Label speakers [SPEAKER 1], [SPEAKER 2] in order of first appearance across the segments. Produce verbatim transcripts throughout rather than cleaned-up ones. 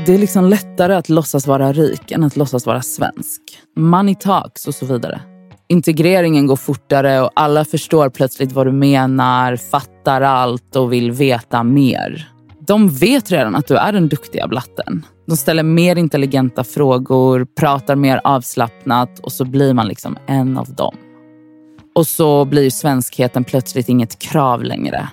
[SPEAKER 1] Det är liksom lättare att låtsas vara rik än att låtsas vara svensk. Money talks och så vidare. Integreringen går fortare och alla förstår plötsligt vad du menar, fattar allt och vill veta mer. De vet redan att du är den duktiga blatten. De ställer mer intelligenta frågor, pratar mer avslappnat och så blir man liksom en av dem. Och så blir svenskheten plötsligt inget krav längre.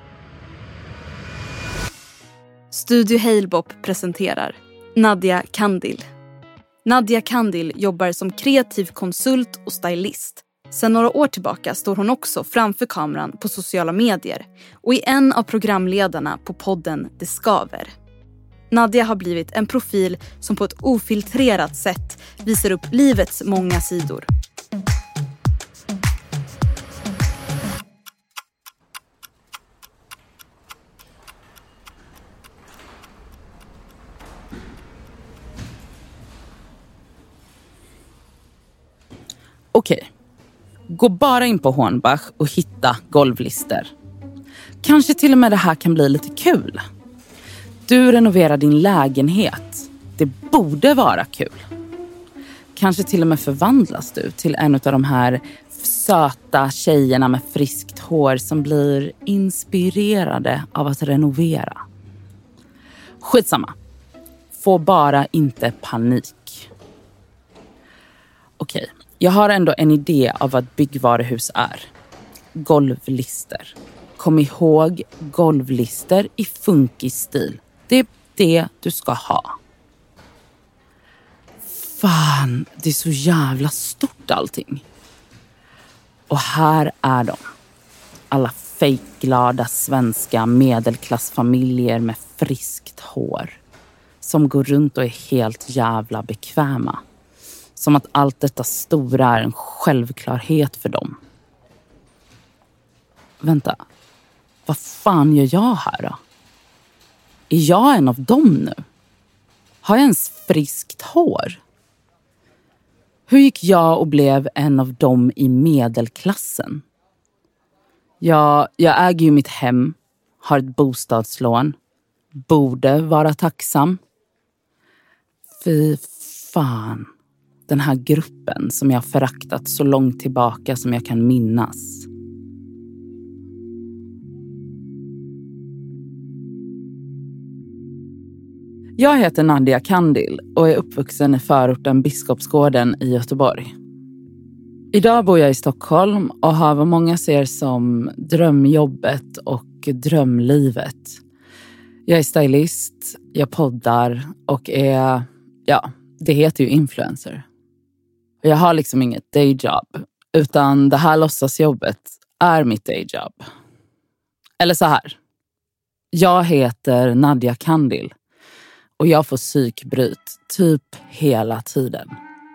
[SPEAKER 2] Studio Halebop presenterar Nadia Kandil. Nadia Kandil jobbar som kreativ konsult och stylist. Sedan några år tillbaka står hon också framför kameran på sociala medier och är en av programledarna på podden Det Skaver. Nadia har blivit en profil som på ett ofiltrerat sätt visar upp livets många sidor.
[SPEAKER 1] Okej, gå bara in på Hornbach och hitta golvlister. Kanske till och med det här kan bli lite kul. Du renoverar din lägenhet. Det borde vara kul. Kanske till och med förvandlas du till en av de här söta tjejerna med friskt hår som blir inspirerade av att renovera. Skitsamma. Få bara inte panik. Okej. Jag har ändå en idé av vad byggvaruhus är. Golvlister. Kom ihåg golvlister i funkig stil. Det är det du ska ha. Fan, det är så jävla stort allting. Och här är de. Alla fejkglada svenska medelklassfamiljer med friskt hår. Som går runt och är helt jävla bekväma. Som att allt detta stora är en självklarhet för dem. Vänta, vad fan gör jag här då? Är jag en av dem nu? Har jag ens friskt hår? Hur gick jag och blev en av dem i medelklassen? Ja, jag äger ju mitt hem, har ett bostadslån, borde vara tacksam. Fy fan. Den här gruppen som jag har föraktat så långt tillbaka som jag kan minnas. Jag heter Nadia Kandil och är uppvuxen i förorten Biskopsgården i Göteborg. Idag bor jag i Stockholm och har vad många ser som drömjobbet och drömlivet. Jag är stylist, jag poddar och är, ja, det heter ju influencer. Jag har liksom inget dayjob, utan det här låtsasjobbet är mitt dayjob. Eller så här. Jag heter Nadia Kandil och jag får psykbryt typ hela tiden.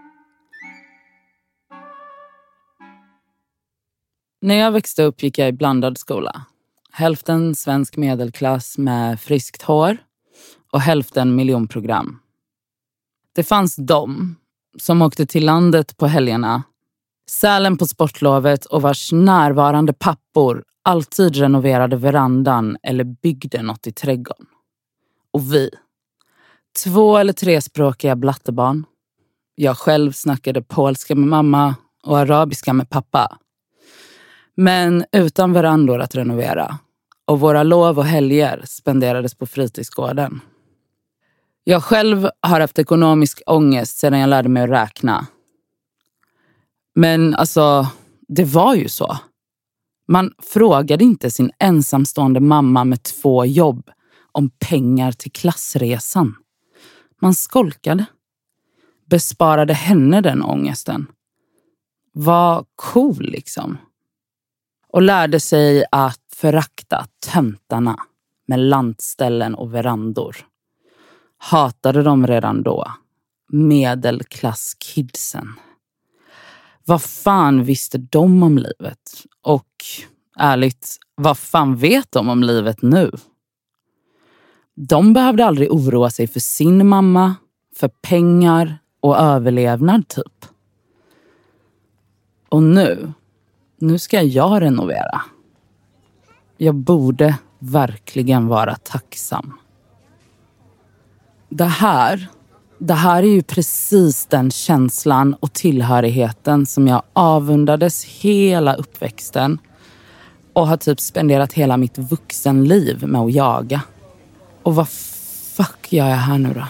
[SPEAKER 1] När jag växte upp gick jag i blandad skola. Hälften svensk medelklass med friskt hår och hälften miljonprogram. Det fanns de som åkte till landet på helgerna, Sälen på sportlovet och vars närvarande pappor alltid renoverade verandan eller byggde något i trädgården. Och vi, två eller trespråkiga blattebarn. Jag själv snackade polska med mamma och arabiska med pappa. Men utan verandor att renovera. Och våra lov och helger spenderades på fritidsgården. Jag själv har haft ekonomisk ångest sedan jag lärde mig att räkna. Men alltså, det var ju så. Man frågade inte sin ensamstående mamma med två jobb om pengar till klassresan. Man skolkade. Besparade henne den ångesten. Var cool liksom. Och lärde sig att förakta töntarna med lantställen och verandor. Hatade dem redan då. Medelklasskidsen. Vad fan visste de om livet? Och ärligt, vad fan vet de om livet nu? De behövde aldrig oroa sig för sin mamma, för pengar och överlevnad typ. Och nu, nu ska jag renovera. Jag borde verkligen vara tacksam. Det här, det här är ju precis den känslan och tillhörigheten som jag avundades hela uppväxten och har typ spenderat hela mitt vuxenliv med att jaga. Och vad fuck gör jag här nu då?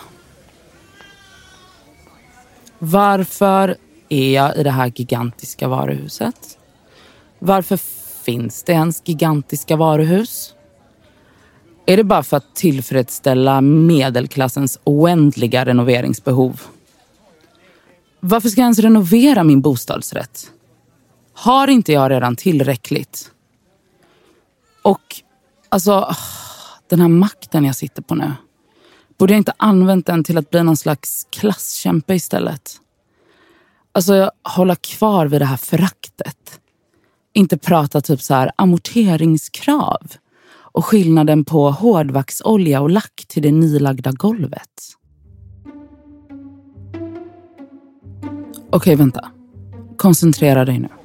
[SPEAKER 1] Varför är jag i det här gigantiska varuhuset? Varför finns det ens gigantiska varuhus? Är det bara för att tillfredsställa medelklassens oändliga renoveringsbehov? Varför ska jag ens renovera min bostadsrätt? Har inte jag redan tillräckligt? Och alltså, den här makten jag sitter på nu. Borde jag inte använt den till att bli någon slags klasskämpe istället? Alltså, hålla kvar vid det här föraktet. Inte prata typ så här amorteringskrav. Och skillnaden på hårdvaxolja och lack till det nylagda golvet. Okej, vänta. Koncentrera dig nu.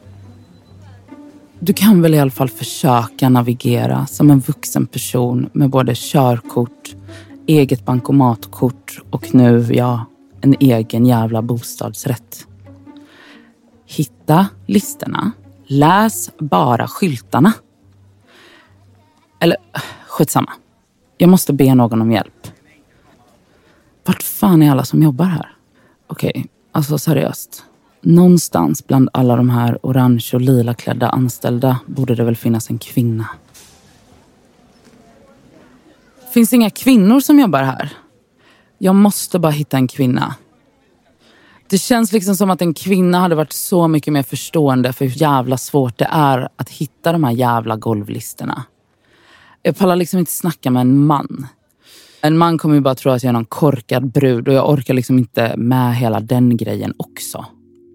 [SPEAKER 1] Du kan väl i alla fall försöka navigera som en vuxen person med både körkort, eget bankomatkort och nu, ja, en egen jävla bostadsrätt. Hitta listorna. Läs bara skyltarna. Eller, skitsamma. Jag måste be någon om hjälp. Vart fan är alla som jobbar här? Okej, okay, alltså seriöst. Någonstans bland alla de här orange och lila klädda anställda borde det väl finnas en kvinna. Finns inga kvinnor som jobbar här? Jag måste bara hitta en kvinna. Det känns liksom som att en kvinna hade varit så mycket mer förstående för hur jävla svårt det är att hitta de här jävla golvlistorna. Jag pallar liksom inte snacka med en man. En man kommer ju bara tro att jag är någon korkad brud och jag orkar liksom inte med hela den grejen också.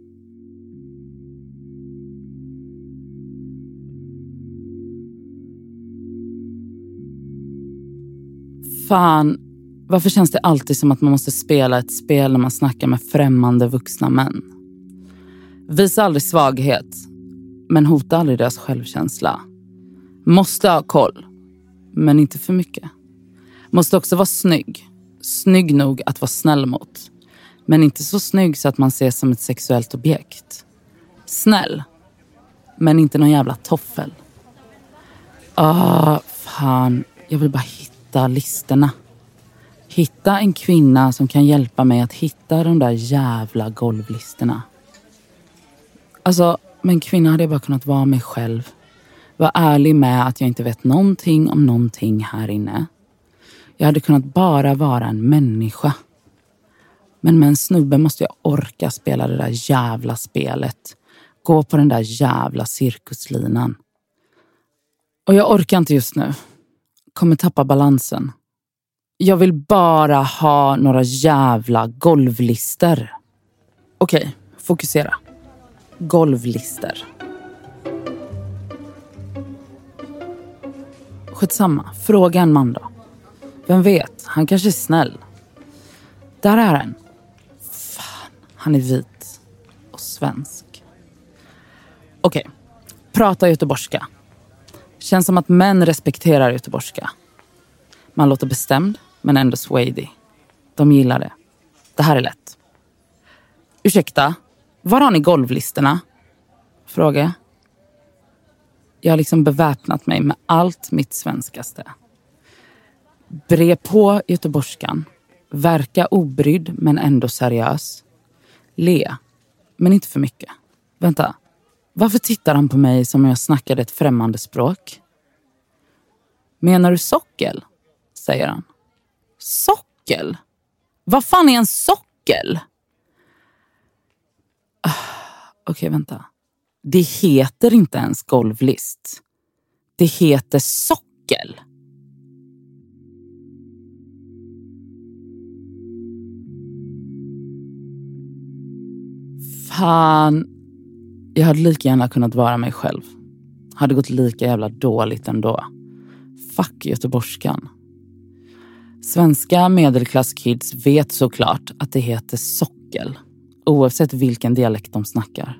[SPEAKER 1] Fan, varför känns det alltid som att man måste spela ett spel när man snackar med främmande vuxna män? Visa aldrig svaghet, men hota aldrig deras självkänsla. Måste ha koll, men inte för mycket. Måste också vara snygg. Snygg nog att vara snäll mot. Men inte så snygg så att man ses som ett sexuellt objekt. Snäll, men inte någon jävla toffel. Ah, fan. Jag vill bara hitta listorna. Hitta en kvinna som kan hjälpa mig att hitta de där jävla golvlistorna. Alltså, med en kvinna hade jag bara kunnat vara mig själv. Var ärlig med att jag inte vet någonting om någonting här inne. Jag hade kunnat bara vara en människa. Men med en snubbe måste jag orka spela det där jävla spelet. Gå på den där jävla cirkuslinan. Och jag orkar inte just nu. Kommer tappa balansen. Jag vill bara ha några jävla golvlister. Okej, fokusera. Golvlister. Skitsamma, fråga en man då. Vem vet, han kanske är snäll. Där är han. Fan, han är vit och svensk. Okej, prata göteborgska. Känns som att män respekterar göteborgska. Man låter bestämd, men ändå swady. De gillar det. Det här är lätt. Ursäkta, var har ni golvlisterna? Fråga. Jag har liksom beväpnat mig med allt mitt svenskaste. Bre på göteborgskan. Verka obrydd men ändå seriös. Le, men inte för mycket. Vänta, varför tittar han på mig som om jag snackade ett främmande språk? Menar du sockel? Säger han. Sockel? Vad fan är en sockel? Ah, Okej, okay, vänta. Det heter inte ens golvlist. Det heter sockel. Fan. Jag hade lika gärna kunnat vara mig själv. Hade gått lika jävla dåligt ändå. Fuck göteborgskan. Svenska medelklasskids vet såklart att det heter sockel. Oavsett vilken dialekt de snackar.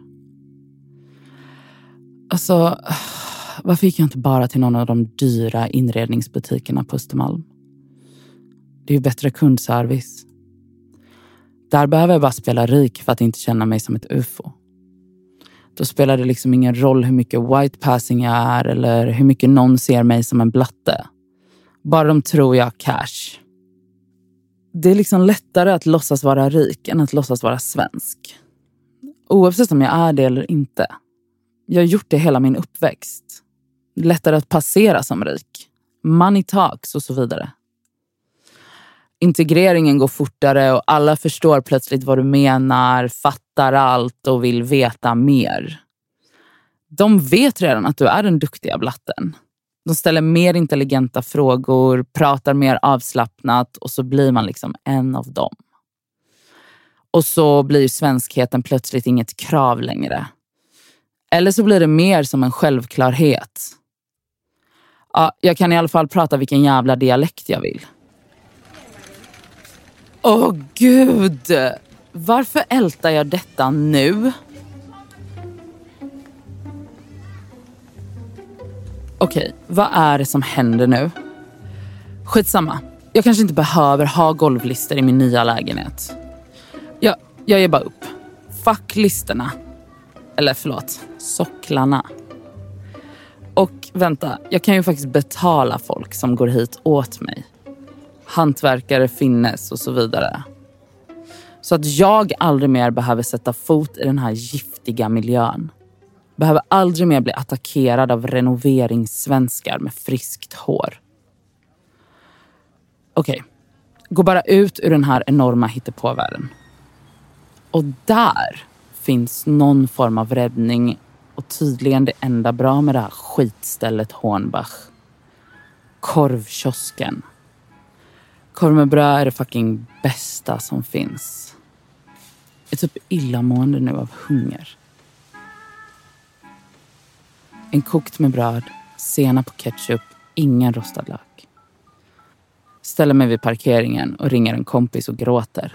[SPEAKER 1] Alltså, varför gick jag inte bara till någon av de dyra inredningsbutikerna på Östermalm? Det är ju bättre kundservice. Där behöver jag bara spela rik för att inte känna mig som ett U F O. Då spelar det liksom ingen roll hur mycket white passing jag är eller hur mycket någon ser mig som en blatte. Bara de tror jag har cash. Det är liksom lättare att låtsas vara rik än att låtsas vara svensk. Oavsett om jag är det eller inte. Jag har gjort det hela min uppväxt. Lättare att passera som rik. Money talks och så vidare. Integreringen går fortare och alla förstår plötsligt vad du menar, fattar allt och vill veta mer. De vet redan att du är den duktiga blatten. De ställer mer intelligenta frågor, pratar mer avslappnat och så blir man liksom en av dem. Och så blir ju svenskheten plötsligt inget krav längre. Eller så blir det mer som en självklarhet. Ja, jag kan i alla fall prata vilken jävla dialekt jag vill. Åh gud! Varför ältar jag detta nu? Okej, vad är det som händer nu? Skitsamma. Jag kanske inte behöver ha golvlister i min nya lägenhet. Jag, jag ger bara upp. Fuck listerna. Eller förlåt, socklarna. Och vänta, jag kan ju faktiskt betala folk som går hit åt mig. Hantverkare finnes och så vidare. Så att jag aldrig mer behöver sätta fot i den här giftiga miljön. Behöver aldrig mer bli attackerad av renoveringssvenskar med friskt hår. Okej, gå bara ut ur den här enorma hittepåvärlden. Och där finns någon form av räddning och tydligen det enda bra med det här skitstället Hornbach. Korvkiosken. Korv med bröd är det fucking bästa som finns. Jag är typ illamående nu av hunger. En kokt med bröd, senap på ketchup, ingen rostad lök. Ställer mig vid parkeringen och ringer en kompis och gråter.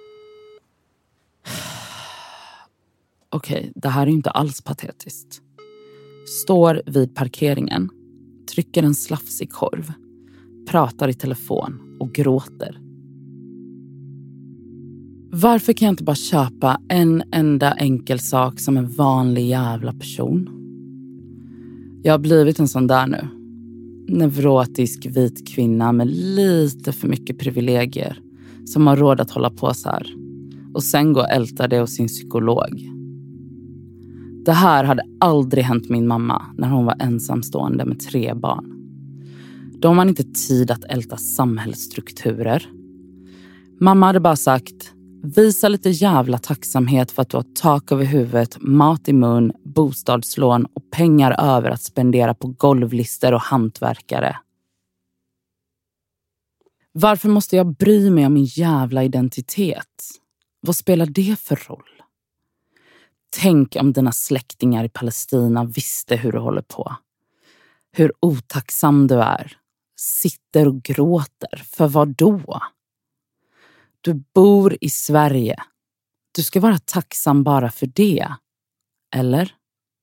[SPEAKER 1] Okej, det här är inte alls patetiskt. Står vid parkeringen, trycker en slafsig korv, pratar i telefon och gråter. Varför kan jag inte bara köpa en enda enkel sak som en vanlig jävla person? Jag har blivit en sån där nu. Nevrotisk vit kvinna med lite för mycket privilegier som har råd att hålla på så här. Och sen gå och älta det hos sin psykolog. Det här hade aldrig hänt min mamma när hon var ensamstående med tre barn. Då har man inte tid att älta samhällsstrukturer. Mamma hade bara sagt: visa lite jävla tacksamhet för att du har tak över huvudet, mat i mun, bostadslån och pengar över att spendera på golvlister och hantverkare. Varför måste jag bry mig om min jävla identitet? Vad spelar det för roll? Tänk om dina släktingar i Palestina visste hur du håller på. Hur otacksam du är. Sitter och gråter. För vad då? Du bor i Sverige. Du ska vara tacksam bara för det. Eller?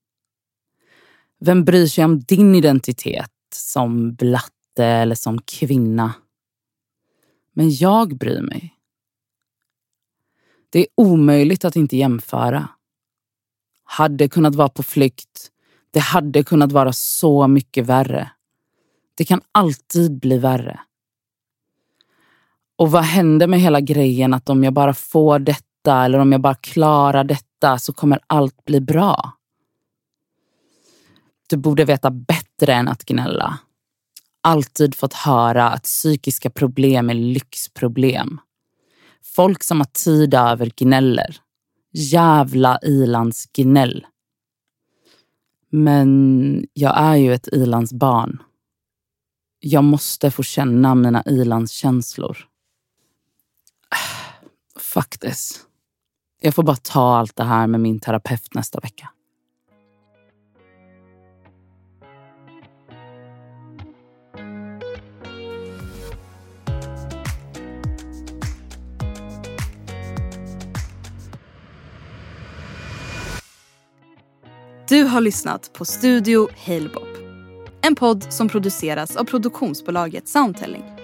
[SPEAKER 1] Vem bryr sig om din identitet som blatte eller som kvinna? Men jag bryr mig. Det är omöjligt att inte jämföra. Hade kunnat vara på flykt. Det hade kunnat vara så mycket värre. Det kan alltid bli värre. Och vad händer med hela grejen att om jag bara får detta eller om jag bara klarar detta så kommer allt bli bra? Du borde veta bättre än att gnälla. Alltid fått höra att psykiska problem är lyxproblem. Folk som har tid över gnäller. Jävla ilands gnäll. Men jag är ju ett ilandsbarn. Jag måste få känna mina ilandskänslor. Fuck this. Jag får bara ta allt det här med min terapeut nästa vecka.
[SPEAKER 2] Du har lyssnat på Studio Halebop. En podd som produceras av produktionsbolaget Soundtelling.